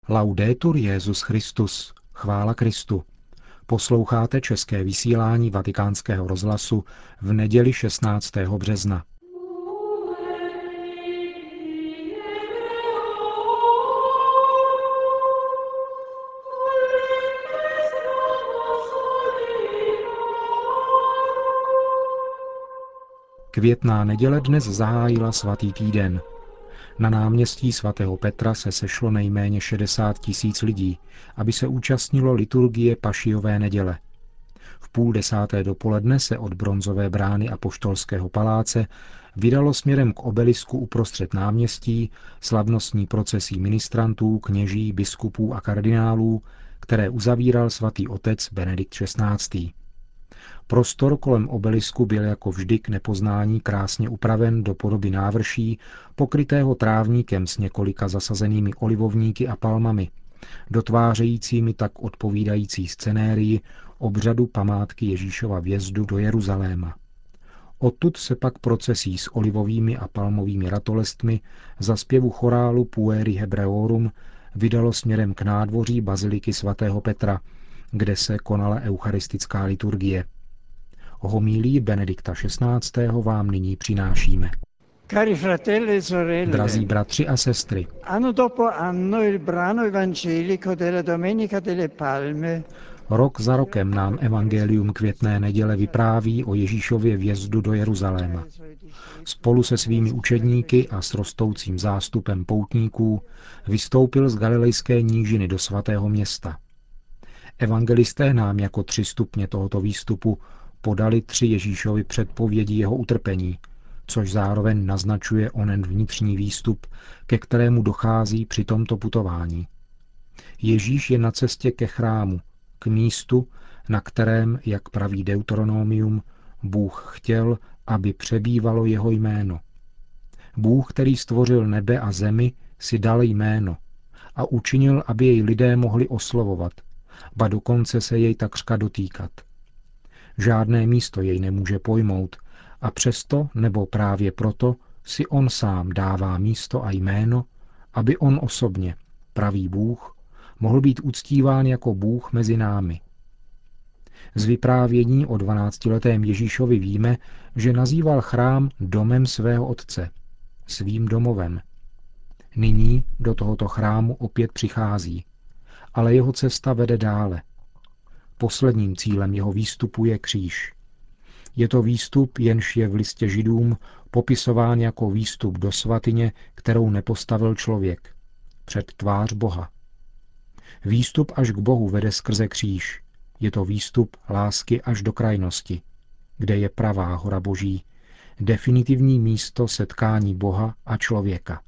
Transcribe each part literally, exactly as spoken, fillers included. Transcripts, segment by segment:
Laudetur Jesus Christus, chvála Kristu. Posloucháte české vysílání Vatikánského rozhlasu v neděli šestnáctého března. Květná neděle dnes zahájila svatý týden. Na náměstí svatého Petra se sešlo nejméně šedesát tisíc lidí, aby se účastnilo liturgie Pašijové neděle. V půl desáté dopoledne se od bronzové brány Apoštolského paláce vydalo směrem k obelisku uprostřed náměstí slavnostní procesí ministrantů, kněží, biskupů a kardinálů, které uzavíral svatý otec Benedikt šestnáctý. Prostor kolem obelisku byl jako vždy k nepoznání krásně upraven do podoby návrší, pokrytého trávníkem s několika zasazenými olivovníky a palmami, dotvářejícími tak odpovídající scenérii obřadu památky Ježíšova vjezdu do Jeruzaléma. Odtud se pak procesí s olivovými a palmovými ratolestmi za zpěvu chorálu Pueri Hebreorum vydalo směrem k nádvoří baziliky svatého Petra, kde se konala eucharistická liturgie. Homílii Benedikta šestnáctého vám nyní přinášíme. Cari fratelli e sorelle, Drazí bratři a sestry, anno dopo anno il brano evangelico della Domenica delle Palme rok za rokem nám evangelium květné neděle vypráví o Ježíšově vjezdu do Jeruzaléma. Spolu se svými učedníky a s rostoucím zástupem poutníků vystoupil z galilejské nížiny do svatého města. Evangelisté nám jako tři stupně tohoto výstupu podali tři Ježíšovy předpovědi jeho utrpení, což zároveň naznačuje onen vnitřní výstup, ke kterému dochází při tomto putování. Ježíš je na cestě ke chrámu, k místu, na kterém, jak praví Deuteronomium, Bůh chtěl, aby přebývalo jeho jméno. Bůh, který stvořil nebe a zemi, si dal jméno a učinil, aby jej lidé mohli oslovovat, ba dokonce se jej takřka dotýkat. Žádné místo jej nemůže pojmout a přesto, nebo právě proto, si on sám dává místo a jméno, aby on osobně, pravý Bůh, mohl být uctíván jako Bůh mezi námi. Z vyprávění o dvanáctiletém Ježíšovi víme, že nazýval chrám domem svého otce, svým domovem. Nyní do tohoto chrámu opět přichází, ale jeho cesta vede dále. Posledním cílem jeho výstupu je kříž. Je to výstup, jenž je v listě Židům popisován jako výstup do svatyně, kterou nepostavil člověk, před tvář Boha. Výstup až k Bohu vede skrze kříž. Je to výstup lásky až do krajnosti, kde je pravá hora Boží, definitivní místo setkání Boha a člověka.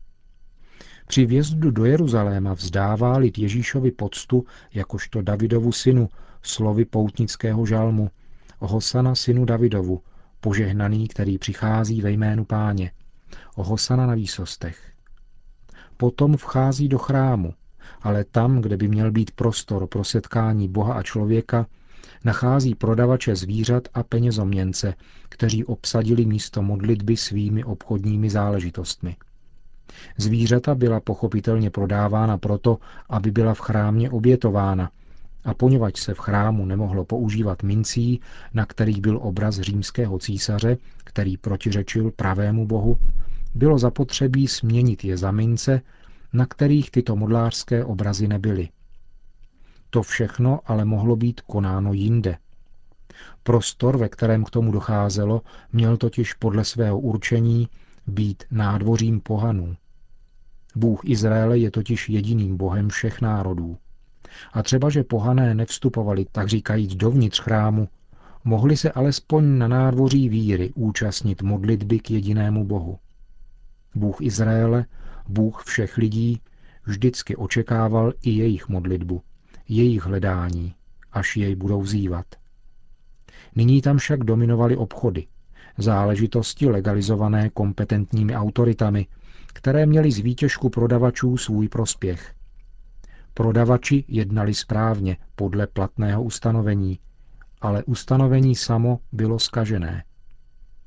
Při vjezdu do Jeruzaléma vzdává lid Ježíšovi poctu jakožto Davidovu synu slovy poutnického žalmu: Hosana synu Davidovu, požehnaný, který přichází ve jménu Páně. Hosana na výsostech. Potom vchází do chrámu, ale tam, kde by měl být prostor pro setkání Boha a člověka, nachází prodavače zvířat a penězoměnce, kteří obsadili místo modlitby svými obchodními záležitostmi. Zvířata byla pochopitelně prodávána proto, aby byla v chrámě obětována, a poněvadž se v chrámu nemohlo používat mincí, na kterých byl obraz římského císaře, který protiřečil pravému Bohu, bylo zapotřebí směnit je za mince, na kterých tyto modlářské obrazy nebyly. To všechno ale mohlo být konáno jinde. Prostor, ve kterém k tomu docházelo, měl totiž podle svého určení být nádvořím pohanů. Bůh Izraele je totiž jediným Bohem všech národů. A třeba, že pohané nevstupovali, tak říkajíc, dovnitř chrámu, mohli se alespoň na nádvoří víry účastnit modlitby k jedinému Bohu. Bůh Izraele, Bůh všech lidí, vždycky očekával i jejich modlitbu, jejich hledání, až jej budou vzývat. Nyní tam však dominovaly obchody, záležitosti legalizované kompetentními autoritami, které měly z výtěžku prodavačů svůj prospěch. Prodavači jednali správně podle platného ustanovení, ale ustanovení samo bylo zkažené.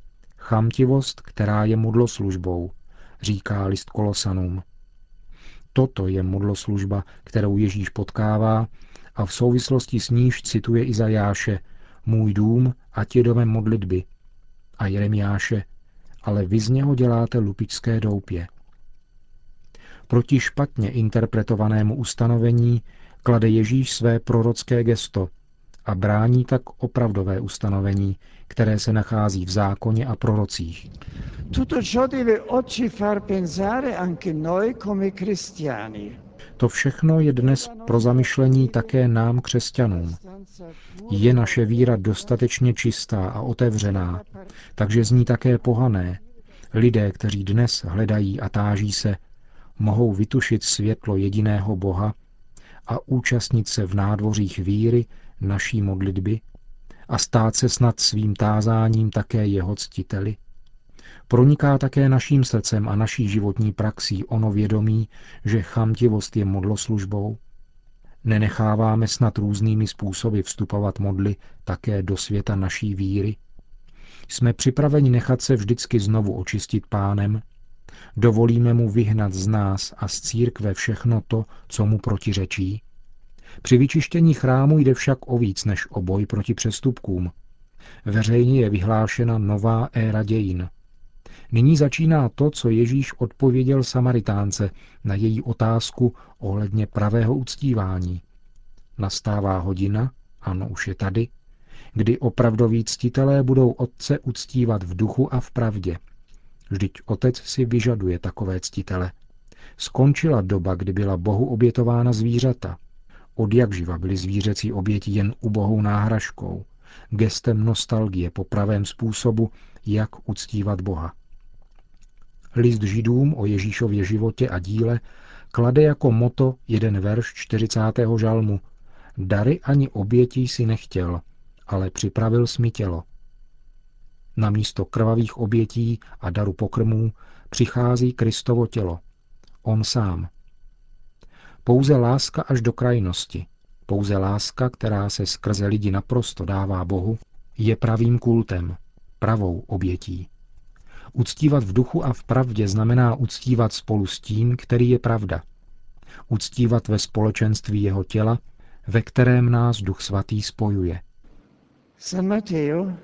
Chamtivost, která je modloslužbou, říká list Kolosanům. Toto je modloslužba, kterou Ježíš potkává a v souvislosti s níž cituje Izajáše: Můj dům, ať je domem modlitby, a Jeremiáše: ale vy z něho děláte lupičské doupě. Proti špatně interpretovanému ustanovení klade Ježíš své prorocké gesto a brání tak opravdové ustanovení, které se nachází v zákoně a prorocích. Tutto ciò deve oggi far pensare anche noi come cristiani. To všechno je dnes pro zamyšlení také nám, křesťanům. Je naše víra dostatečně čistá a otevřená, takže z ní také pohané, lidé, kteří dnes hledají a táží se, mohou vytušit světlo jediného Boha a účastnit se v nádvořích víry naší modlitby a stát se snad svým tázáním také jeho ctiteli. Proniká také naším srdcem a naší životní praxí ono vědomí, že chamtivost je modloslužbou? Nenecháváme snad různými způsoby vstupovat modly také do světa naší víry? Jsme připraveni nechat se vždycky znovu očistit Pánem? Dovolíme mu vyhnat z nás a z církve všechno to, co mu protiřečí? Při vyčištění chrámu jde však o víc než o boj proti přestupkům. Veřejně je vyhlášena nová éra dějin. Nyní začíná to, co Ježíš odpověděl Samaritánce na její otázku ohledně pravého uctívání. Nastává hodina, ano, už je tady, kdy opravdoví ctitelé budou Otce uctívat v duchu a v pravdě. Vždyť Otec si vyžaduje takové ctitele. Skončila doba, kdy byla Bohu obětována zvířata. Odjakživa byly zvířecí oběti jen ubohou náhražkou, gestem nostalgie po pravém způsobu, jak uctívat Boha. List Židům o Ježíšově životě a díle klade jako motto jeden verš čtyřicátého žalmu: Dary ani obětí si nechtěl, ale připravil jsi mi tělo. Namísto krvavých obětí a daru pokrmů přichází Kristovo tělo. On sám. Pouze láska až do krajnosti, pouze láska, která se skrze lidi naprosto dává Bohu, je pravým kultem, pravou obětí. Uctívat v duchu a v pravdě znamená uctívat spolu s tím, který je pravda. Uctívat ve společenství jeho těla, ve kterém nás Duch Svatý spojuje. San Matteo,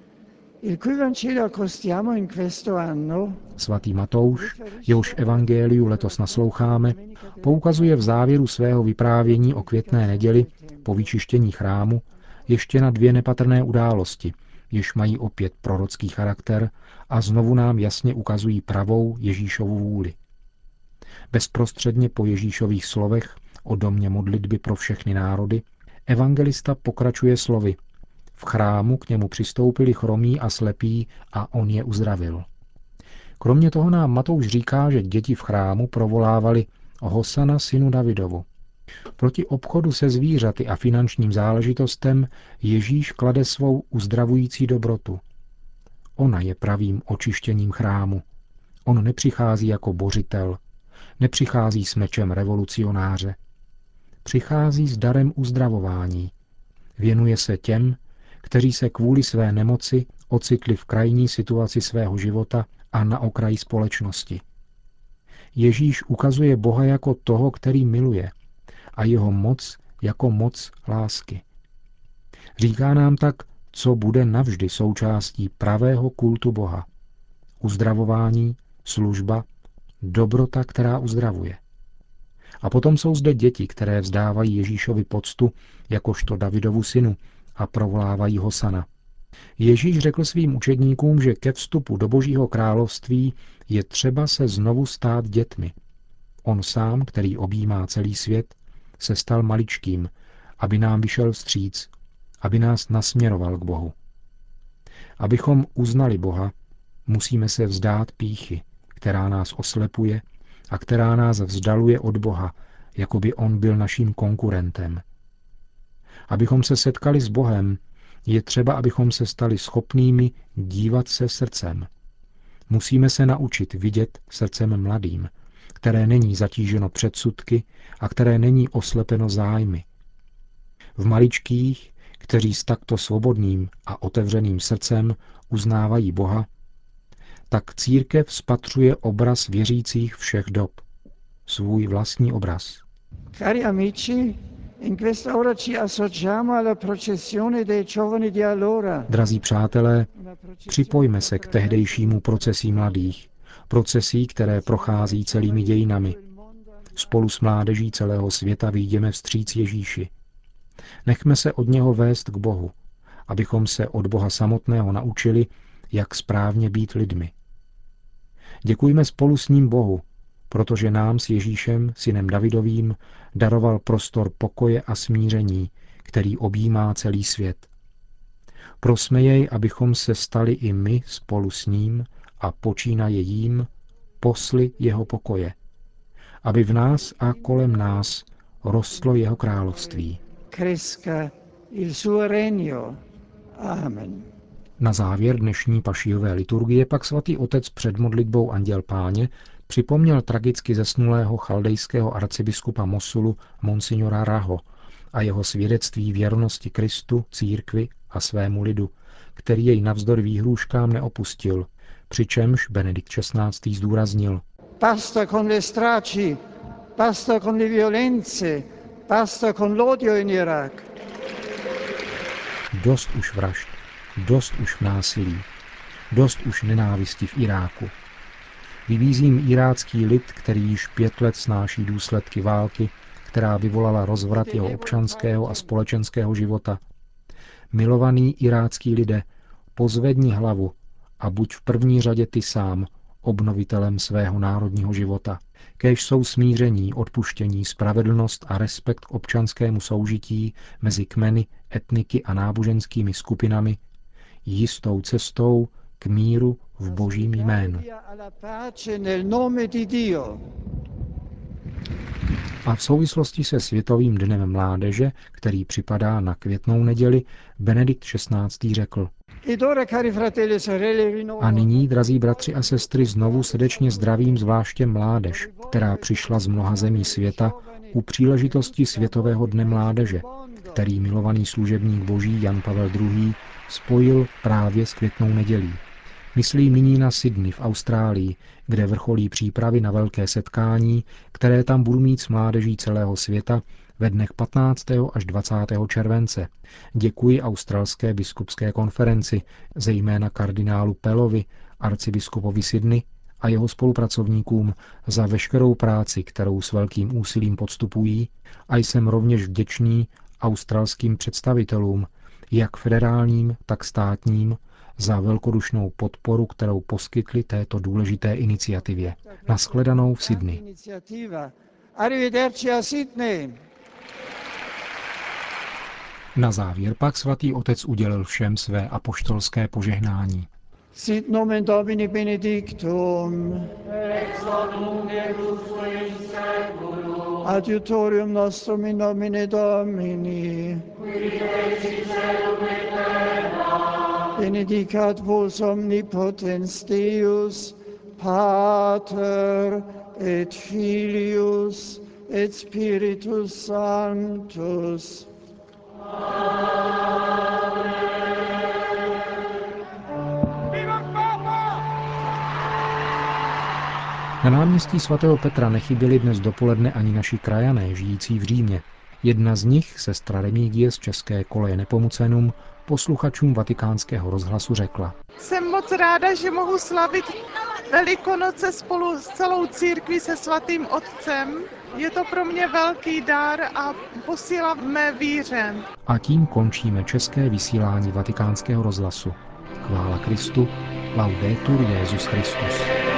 il cui Vangelo accostiamo in questo anno, Svatý Matouš, jehož evangeliu letos nasloucháme, poukazuje v závěru svého vyprávění o květné neděli po vyčištění chrámu ještě na dvě nepatrné události, jež mají opět prorocký charakter a znovu nám jasně ukazují pravou Ježíšovu vůli. Bezprostředně po Ježíšových slovech o domě modlitby pro všechny národy evangelista pokračuje slovy: v chrámu k němu přistoupili chromí a slepí a on je uzdravil. Kromě toho nám Matouš říká, že děti v chrámu provolávali Hosana synu Davidovu. Proti obchodu se zvířaty a finančním záležitostem Ježíš klade svou uzdravující dobrotu. Ona je pravým očištěním chrámu. On nepřichází jako bořitel, nepřichází s mečem revolucionáře. Přichází s darem uzdravování. Věnuje se těm, kteří se kvůli své nemoci ocitli v krajní situaci svého života a na okraji společnosti. Ježíš ukazuje Boha jako toho, který miluje, a jeho moc jako moc lásky. Říká nám tak, co bude navždy součástí pravého kultu Boha. Uzdravování, služba, dobrota, která uzdravuje. A potom jsou zde děti, které vzdávají Ježíšovi poctu jakožto Davidovu synu a provolávají Hosana. Ježíš řekl svým učedníkům, že ke vstupu do Božího království je třeba se znovu stát dětmi. On sám, který objímá celý svět, se stal maličkým, aby nám vyšel vstříc, aby nás nasměroval k Bohu. Abychom uznali Boha, musíme se vzdát pýchy, která nás oslepuje a která nás vzdaluje od Boha, jako by on byl naším konkurentem. Abychom se setkali s Bohem, je třeba, abychom se stali schopnými dívat se srdcem. Musíme se naučit vidět srdcem mladým, které není zatíženo předsudky a které není oslepeno zájmy. V maličkých, kteří s takto svobodným a otevřeným srdcem uznávají Boha, tak církev spatřuje obraz věřících všech dob. svůj vlastní obraz. Cari amici, in questa ora ci associamo alla processione dei giovani di allora. Drazí přátelé, připojme se k tehdejšímu procesí mladých, procesí, které prochází celými dějinami. Spolu s mládeží celého světa vyjdeme vstříc Ježíši. Nechme se od něho vést k Bohu, abychom se od Boha samotného naučili, jak správně být lidmi. Děkujme spolu s ním Bohu, protože nám s Ježíšem, synem Davidovým, daroval prostor pokoje a smíření, který objímá celý svět. Prosme jej, abychom se stali i my spolu s ním a počínaje jím posly jeho pokoje, aby v nás a kolem nás rostlo jeho království. Cresca il suo regno. Amen. Na závěr dnešní pašijové liturgie pak svatý otec před modlitbou Anděl Páně připomněl tragicky zesnulého chaldejského arcibiskupa Mosulu monsignora Raho a jeho svědectví věrnosti Kristu, církvi a svému lidu, který jej navzdory výhrůžkám neopustil, přičemž Benedikt šestnáctý zdůraznil: Basta con le stragi, basta con le violenze, basta con l'odio in Iraq. Dost už vražd, dost už násilí, dost už nenávisti v Iráku. Vybízím irácký lid, který již pět let snáší důsledky války, která vyvolala rozvrat jeho občanského a společenského života. Milovaný irácký lidé, pozvedni hlavu a buď v první řadě ty sám obnovitelem svého národního života. Kéž jsou smíření, odpuštění, spravedlnost a respekt k občanskému soužití mezi kmeny, etniky a náboženskými skupinami jistou cestou k míru v Božím jménu. A v souvislosti se Světovým dnem mládeže, který připadá na Květnou neděli, Benedikt šestnáctý řekl: A nyní, drazí bratři a sestry, znovu srdečně zdravím zvláště mládež, která přišla z mnoha zemí světa u příležitosti Světového dne mládeže, který milovaný služebník Boží Jan Pavel druhý. spojil právě s Květnou nedělí. Myslím nyní na Sydney v Austrálii, kde vrcholí přípravy na velké setkání, které tam budou mít s mládeží celého světa ve dnech patnáctého až dvacátého července. Děkuji Australské biskupské konferenci, zejména kardinálu Pellovi, arcibiskupovi Sydney a jeho spolupracovníkům za veškerou práci, kterou s velkým úsilím podstupují, a jsem rovněž vděčný australským představitelům, jak federálním, tak státním, za velkodušnou podporu, kterou poskytli této důležité iniciativě. Nashledanou v Sydney. Na závěr pak svatý otec udělil všem své apoštolské požehnání. Sit nomen Domini benedictum, ex hoc nunc et usque in seculum, adiutorium nostrum in nomine Domini, qui fecit caelum et terra, benedicat vos omnipotens Deus, Pater et Filius et Spiritus Sanctus. Na náměstí svatého Petra nechyběli dnes dopoledne ani naši krajané, žijící v Římě. Jedna z nich, sestra Remigie z České koleje Nepomucenum, posluchačům Vatikánského rozhlasu řekla: Jsem moc ráda, že mohu slavit Velikonoce spolu s celou církví se svatým otcem. Je to pro mě velký dar a posílá mé víře. A tím končíme české vysílání Vatikánského rozhlasu. Chvála Kristu, laudetur Jesus Christus.